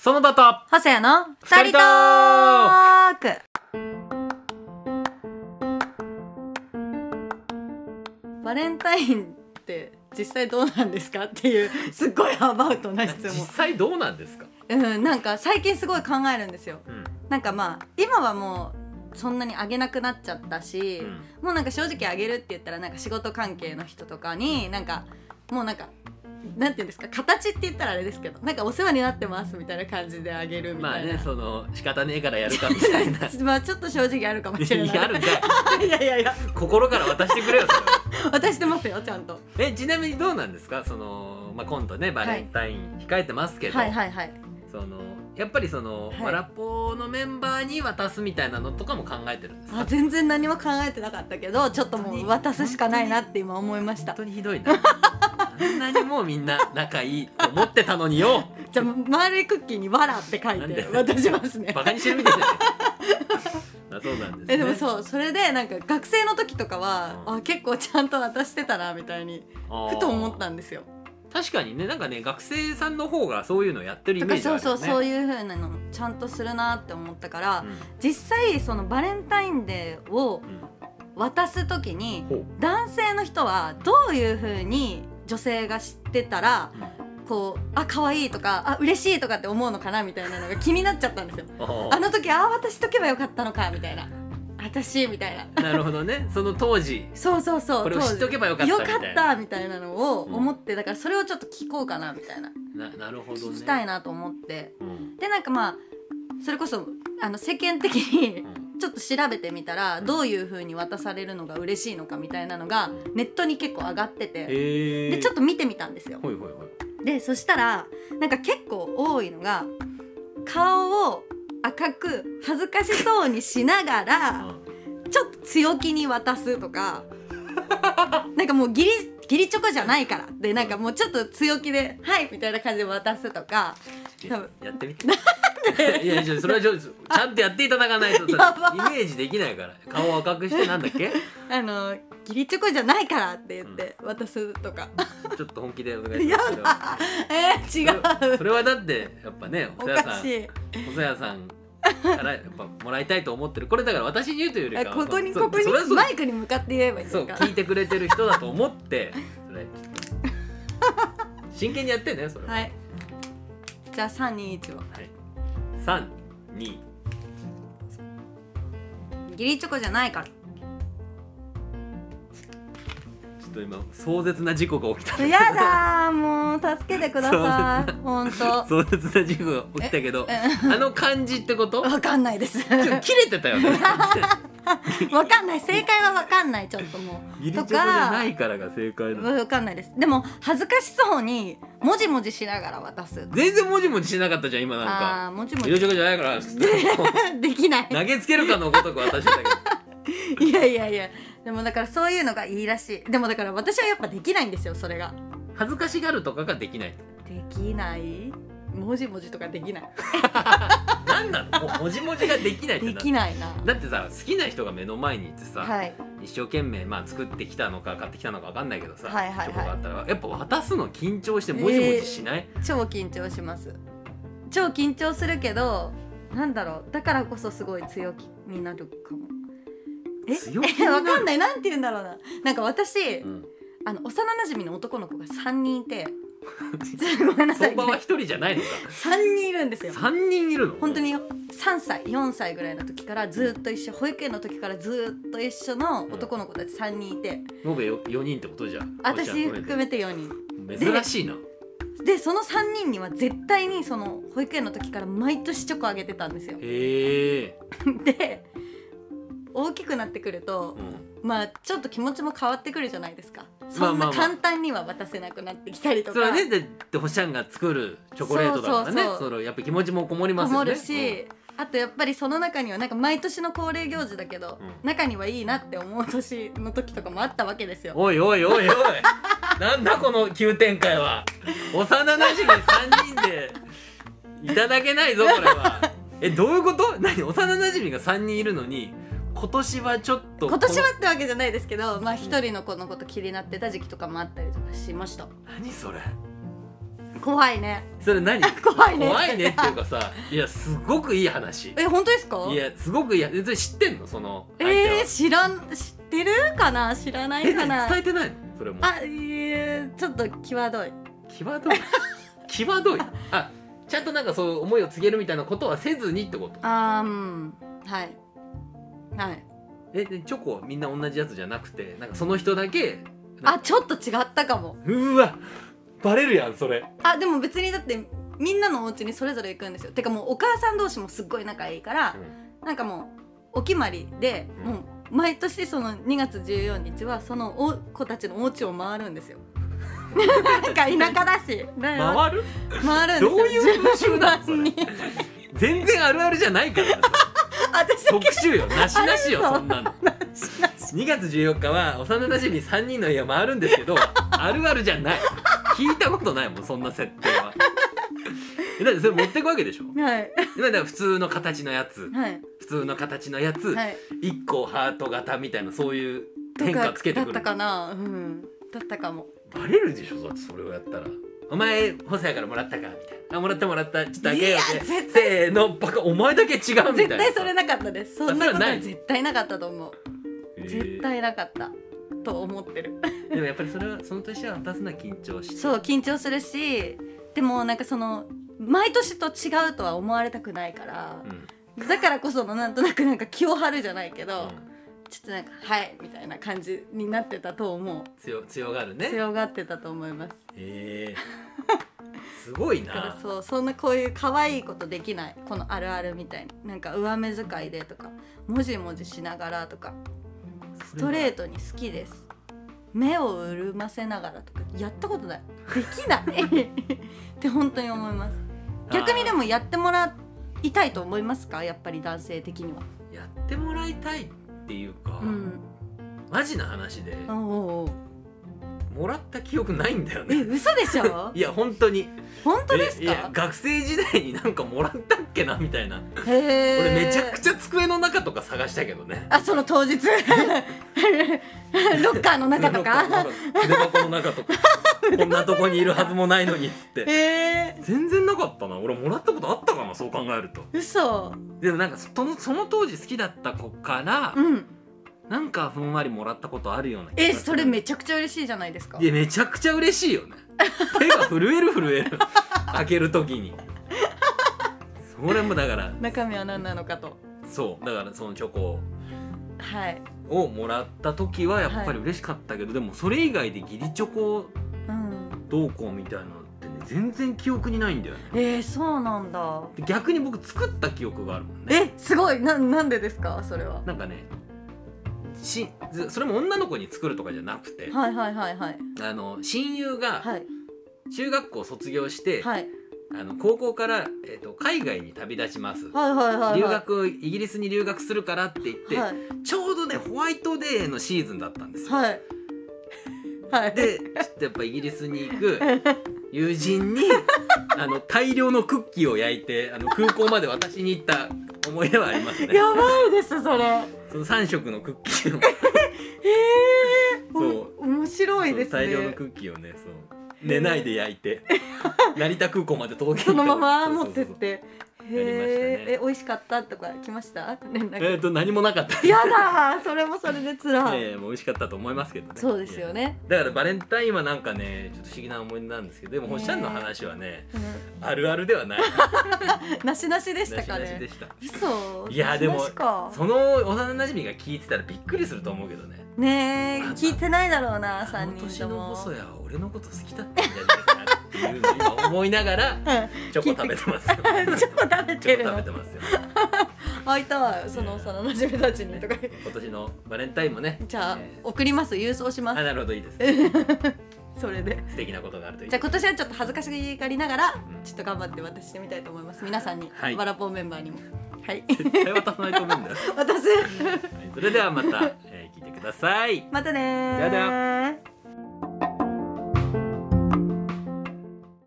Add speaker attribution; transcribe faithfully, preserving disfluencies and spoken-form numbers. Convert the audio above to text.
Speaker 1: 園田と
Speaker 2: 細谷の
Speaker 1: 二人トーク。
Speaker 2: バレンタインって実際どうなんですかっていうすっごいアバウトな質
Speaker 1: 実
Speaker 2: 問。
Speaker 1: 際どうなんですか？
Speaker 2: うん、なんか最近すごい考えるんですよ。
Speaker 1: うん
Speaker 2: なんかまあ今はもうそんなにあげなくなっちゃったし、
Speaker 1: うん
Speaker 2: もうなんか正直あげるって言ったらなんか仕事関係の人とかになんかもうなんかなんていうんですか、形って言ったらあれですけど、なんかお世話になってますみたいな感じであげるみたいな。
Speaker 1: まあね、その仕方ねえからやるかみたいな
Speaker 2: まあちょっと正直あるかもしれない。
Speaker 1: やるんかい
Speaker 2: いやいやいや、
Speaker 1: 心から渡してくれよそれ
Speaker 2: 渡してますよちゃんと。
Speaker 1: えちなみにどうなんですか？その、まあ、今度ねバレンタイン控えてますけど、
Speaker 2: はいはいはい。
Speaker 1: そのやっぱりその、
Speaker 2: はい
Speaker 1: わらぽのメンバーに渡すみたいなのとかも考えてるんですか？
Speaker 2: あ、全然何も考えてなかったけど、ちょっともう渡すしかないなって今思いました。
Speaker 1: 本当にひどいなあんなにもうみんな仲いいと思ってたのによ
Speaker 2: じゃあ丸いクッキーに「わら」って書い
Speaker 1: なんで
Speaker 2: て渡しますね。
Speaker 1: バカにしてるみたいじゃないあそうなんですね。
Speaker 2: えでもそう、それでなんか学生の時とかは、
Speaker 1: うん
Speaker 2: あ結構ちゃんと渡してたなみたいに
Speaker 1: あー
Speaker 2: ふと思ったんですよ。
Speaker 1: 確かにね、なんかね学生さんの方がそういうのやってるイ
Speaker 2: とか
Speaker 1: メージあるよね。
Speaker 2: そうそう、そういう風なのちゃんとするなって思ったから、
Speaker 1: うん
Speaker 2: 実際そのバレンタインデーを渡す時に
Speaker 1: ほう
Speaker 2: 男性の人はどういう風に女性が知ってたらこうあ可愛いとかあ嬉しいとかって思うのかなみたいなのが気になっちゃったんですよ。あの時あ渡しとけばよかったのかみたいな、私みたいな。
Speaker 1: なるほどね。その当時
Speaker 2: そうそうそう、
Speaker 1: これを知っとけばよかった
Speaker 2: よ
Speaker 1: みたいな
Speaker 2: かったみたいなのを思って、だからそれをちょっと聞こうかなみたいな、
Speaker 1: ななるほどね。
Speaker 2: 聞きたいなと思って、
Speaker 1: うん
Speaker 2: でなんかまあそれこそあの世間的に
Speaker 1: うん
Speaker 2: ちょっと調べてみたらどういう風に渡されるのが嬉しいのかみたいなのがネットに結構上がってて、
Speaker 1: へー
Speaker 2: でちょっと見てみたんですよ。
Speaker 1: ほいほいほい。
Speaker 2: でそしたらなんか結構多いのが顔を赤く恥ずかしそうにしながらちょっと強気に渡すとかなんかもうギリギリチョコじゃないからでなんかもうちょっと強気ではいみたいな感じで渡すとか、多分
Speaker 1: やってみて。いやいやそれはちょちゃんとやっていただかないと
Speaker 2: やば
Speaker 1: イメージできないから。顔を赤くしてなんだっけ？
Speaker 2: あのギリチョコじゃないからって言って渡すとか、
Speaker 1: ちょっと本気でお願いします。
Speaker 2: やだえー、違う
Speaker 1: それはそれはだってやっぱね
Speaker 2: お
Speaker 1: 細谷さん
Speaker 2: かしい。
Speaker 1: 細谷さんからやっぱもらいたいと思ってる。これだから私に言うというより
Speaker 2: え
Speaker 1: かは
Speaker 2: ここに
Speaker 1: そう
Speaker 2: ここに
Speaker 1: それはそう
Speaker 2: マイクに向かって言えばいいん
Speaker 1: そう
Speaker 2: ですか？
Speaker 1: 聞いてくれてる人だと思ってそれ真剣にやってねそれは。
Speaker 2: はい。じゃあさんにいちを
Speaker 1: はいさんに
Speaker 2: ギリチョコじゃないから。
Speaker 1: ちょっと今壮絶な事故が起きた。
Speaker 2: やだーもう助けてください本当。
Speaker 1: 壮絶な事故が起きたけどあの感じってこと
Speaker 2: わかんないです。
Speaker 1: ちょっと切れてたよね
Speaker 2: わかんない、正解はわかんない、ちょっともう
Speaker 1: ギリチョコじゃないからが正解だ。
Speaker 2: わかんないです。でも恥ずかしそうにもじもじしながら渡す。
Speaker 1: 全然もじもじしなかったじゃん今なん
Speaker 2: あ
Speaker 1: か
Speaker 2: ーもじも
Speaker 1: ギリチ
Speaker 2: じ
Speaker 1: ョコじゃないから
Speaker 2: できない。
Speaker 1: 投げつけるかのごとく渡してたけど
Speaker 2: いやいやいや、でもだからそういうのがいいらしい。でもだから私はやっぱできないんですよ、それが。
Speaker 1: 恥ずかしがるとかができない。
Speaker 2: できないもじもじとかできない
Speaker 1: なんなのももじもじができないって
Speaker 2: で
Speaker 1: な
Speaker 2: きないな。
Speaker 1: だってさ好きな人が目の前にいてさ、
Speaker 2: はい
Speaker 1: 一生懸命まあ作ってきたのか買ってきたのか分かんないけどさ、
Speaker 2: はいはいはい
Speaker 1: チョコがあったらやっぱ渡すの緊張してもじもじしない、
Speaker 2: 超緊張します。超緊張するけど、なんだろう、だからこそすごい強気になるかも。え
Speaker 1: 強気になる
Speaker 2: わかんない、なんて言うんだろうな。なんか私、
Speaker 1: うん、
Speaker 2: あの幼馴染の男の子がさんにんいてごめんなさい、
Speaker 1: 相場は一人じゃないのか
Speaker 2: さんにんいるんですよ。
Speaker 1: さんにんいるの
Speaker 2: 本当にさんさいよんさいぐらいの時からずっと一緒、保育園の時からずっと一緒の男の子たちさんにんいて、
Speaker 1: 延べよよにんってことじゃん。
Speaker 2: 私含めてよにん
Speaker 1: 珍しいな。
Speaker 2: で、そのさんにんには絶対にその保育園の時から毎年チョコあげてたんですよ。
Speaker 1: へえ、
Speaker 2: で大きくなってくると、
Speaker 1: うん、
Speaker 2: まあちょっと気持ちも変わってくるじゃないですか。
Speaker 1: ま
Speaker 2: そんな
Speaker 1: あまあまあ
Speaker 2: 簡単には渡せなくなってきたりとか、
Speaker 1: それはねででほっしゃんが作るチョコレートだからね、
Speaker 2: そうそうそう
Speaker 1: そのやっぱ気持ちもこもります
Speaker 2: こ
Speaker 1: よね。
Speaker 2: もるし、あとやっぱりその中にはなんか毎年の恒例行事だけど、
Speaker 1: うん
Speaker 2: 中にはいいなって思う年の時とかもあったわけですよ。
Speaker 1: おいおいおいおいなんだこの急展開は。幼馴染さんにんでいただけないぞこれは。えどういうこと？何幼馴染がさんにんいるのに今年はちょっと
Speaker 2: 今年はってわけじゃないですけど、まあ一人の子のこと気になってた時期とかもあったりとかしました。
Speaker 1: 何それ
Speaker 2: 怖いね。
Speaker 1: それ何
Speaker 2: 怖いね
Speaker 1: 怖いねっていうかさ、いやすごくいい話。
Speaker 2: え、本当ですか？
Speaker 1: いやすごくいい。それ知ってんのその相手は。
Speaker 2: えー、知らん、知ってるかな、知らないかな。
Speaker 1: 伝えてないのそれも。
Speaker 2: あ、いえちょっと際どい。
Speaker 1: 際どい際どい。あ、ちゃんとなんかそういう思いを告げるみたいなことはせずにってこと。
Speaker 2: あー、うん、はいはい。
Speaker 1: えでチョコはみんな同じやつじゃなくて、なんかその人だけ。
Speaker 2: あ、ちょっと違ったかも。
Speaker 1: うわバレるやんそれ。
Speaker 2: あ、でも別にだってみんなのお家にそれぞれ行くんですよ。てかもうお母さん同士もすっごい仲いいから、うん、なんかもうお決まりで、うん、もう毎年そのにがつじゅうよっかはそのお子たちのお家を回るんですよ。なんか田舎だし
Speaker 1: 回る
Speaker 2: 回るんですよ。
Speaker 1: どういう風習なのそれ。全然あるあるじゃないからね。特集よ、なしなしよそんなの。にがつじゅうよっかは幼なじみさんにんの家を回るんですけど、あるあるじゃない。聞いたことないもんそんな設定は。だってそれ持ってくわけでしょ。
Speaker 2: はい。
Speaker 1: だから普通の形のやつ、
Speaker 2: はい、
Speaker 1: 普通の形のやつ、
Speaker 2: はい、
Speaker 1: いっこハート型みたいなそういう変化つけてくる。
Speaker 2: だったかな、うん、だったかも。
Speaker 1: バレるでしょだってそれをやったら。お前細谷からもらったかみたいな。あ、もらったもらったちょっとあげようって。せーのバカお前だけ違うみたいな。
Speaker 2: 絶対それなかったです。そんなことは
Speaker 1: ない
Speaker 2: 絶対なかったと思う。絶対なかったと思ってる。
Speaker 1: でもやっぱりそれはその年は渡すのは緊張して。
Speaker 2: そう緊張するし、でもなんかその毎年と違うとは思われたくないから、うん、だからこそのなんとなくなんか気を張るじゃないけど、うん、ちょっとなんかはいみたいな感じになってたと思う。
Speaker 1: 強強がるね。
Speaker 2: 強がってたと思います。
Speaker 1: へえすごいな。
Speaker 2: だからそうそんなこういう可愛いことできない。このあるあるみたいになんか上目遣いでとかもじもじしながらとかストレートに好きです。目を潤ませながらとかやったことない。できないって本当に思います。逆にでもやってもらいたいと思いますか？やっぱり男性的には。
Speaker 1: やってもらいたいっていうか、うん、マジな話で
Speaker 2: おうおう
Speaker 1: もらった記憶ないんだよね。
Speaker 2: え、嘘でしょ？
Speaker 1: いや本当に。
Speaker 2: 本当ですか？
Speaker 1: いや学生時代になんかもらったっけなみたいな。
Speaker 2: へー。
Speaker 1: 俺めちゃくちゃ机の中とか探したけどね。
Speaker 2: あ、その当日ロッカーの中とか
Speaker 1: 筆箱の中とかこんなとこにいるはずもないのにっつって、
Speaker 2: えー、
Speaker 1: 全然なかったな。俺もらったことあったかなそう考えると。
Speaker 2: 嘘。
Speaker 1: でもなんかその、その当時好きだった子から、うん、なんかふんわりもらったことあるような気がする。
Speaker 2: え、それめちゃくちゃ嬉しいじゃないですか。
Speaker 1: いやめちゃくちゃ嬉しいよね。手が震える震える開けるときに。それもだから
Speaker 2: 中身は何なのかと。
Speaker 1: そうだからそのチョコ
Speaker 2: はい
Speaker 1: をもらった時はやっぱり嬉しかったけど、はい、でもそれ以外で義理チョコどうこうみたいなのってね全然記憶にないんだよね。
Speaker 2: えー、そうなんだ。
Speaker 1: 逆に僕作った記憶があるもんね。
Speaker 2: え、すごい。な、なんでですかそれは。
Speaker 1: なんかねしそれも女の子に作るとかじゃなくて、
Speaker 2: はいはいはいはい、
Speaker 1: あの親友が中学校卒業して、
Speaker 2: はい、
Speaker 1: あの高校から、えー、と海外に旅立ちます、
Speaker 2: はいはいはいはい、
Speaker 1: 留学イギリスに留学するからって言って、はい、ちょうどねホワイトデーのシーズンだったんですよ、
Speaker 2: はいはい、
Speaker 1: でちょっとやっぱイギリスに行く友人にあの大量のクッキーを焼いてあの空港まで渡しに行った思い出はありますね。
Speaker 2: やばいですそれ。
Speaker 1: そのさん色のクッキーを
Speaker 2: えー、
Speaker 1: そう
Speaker 2: 面白いですね。
Speaker 1: 大量のクッキーをねそう寝ないで焼いて成田空港まで届け
Speaker 2: そのまま持ってって。
Speaker 1: やりましたね。
Speaker 2: え、美味しかったとか来ました？
Speaker 1: えっと何もなかった。
Speaker 2: やだ、それもそれで辛い。
Speaker 1: ええ、もう美味しかったと思いますけどね。
Speaker 2: そうですよね。
Speaker 1: だからバレンタインはなんかね、ちょっと不思議な思い出なんですけど、でもほっしゃんの話はね、あるあるではない。
Speaker 2: なしなしでしたかね。
Speaker 1: なしなしでした。
Speaker 2: 嘘。
Speaker 1: いやでもその幼馴染が聞いてたらびっくりすると思うけどね。
Speaker 2: ねえ、聞いてないだろうなさんにんとも。
Speaker 1: 年の細谷は俺のこと好きだったんじゃないかなっていうのを今思いながらチョコ食べてますよ。
Speaker 2: チョコ食べてるの。
Speaker 1: 食べてますよ。
Speaker 2: 会いたいその幼馴染たちにとか。
Speaker 1: 今年のバレンタインもね。
Speaker 2: じゃあ送ります郵送します。
Speaker 1: あ、なるほどいいです。
Speaker 2: それで
Speaker 1: 素敵なことがあるといい。
Speaker 2: じゃあ今年はちょっと恥ずかしがりながらちょっと頑張って渡してみたいと思います。皆さんに、わらぽんメンバーにも。はい。
Speaker 1: 絶対渡さないと思うんだよ。
Speaker 2: 渡す。
Speaker 1: それではまた聞いてください。
Speaker 2: またね。
Speaker 1: ではでは。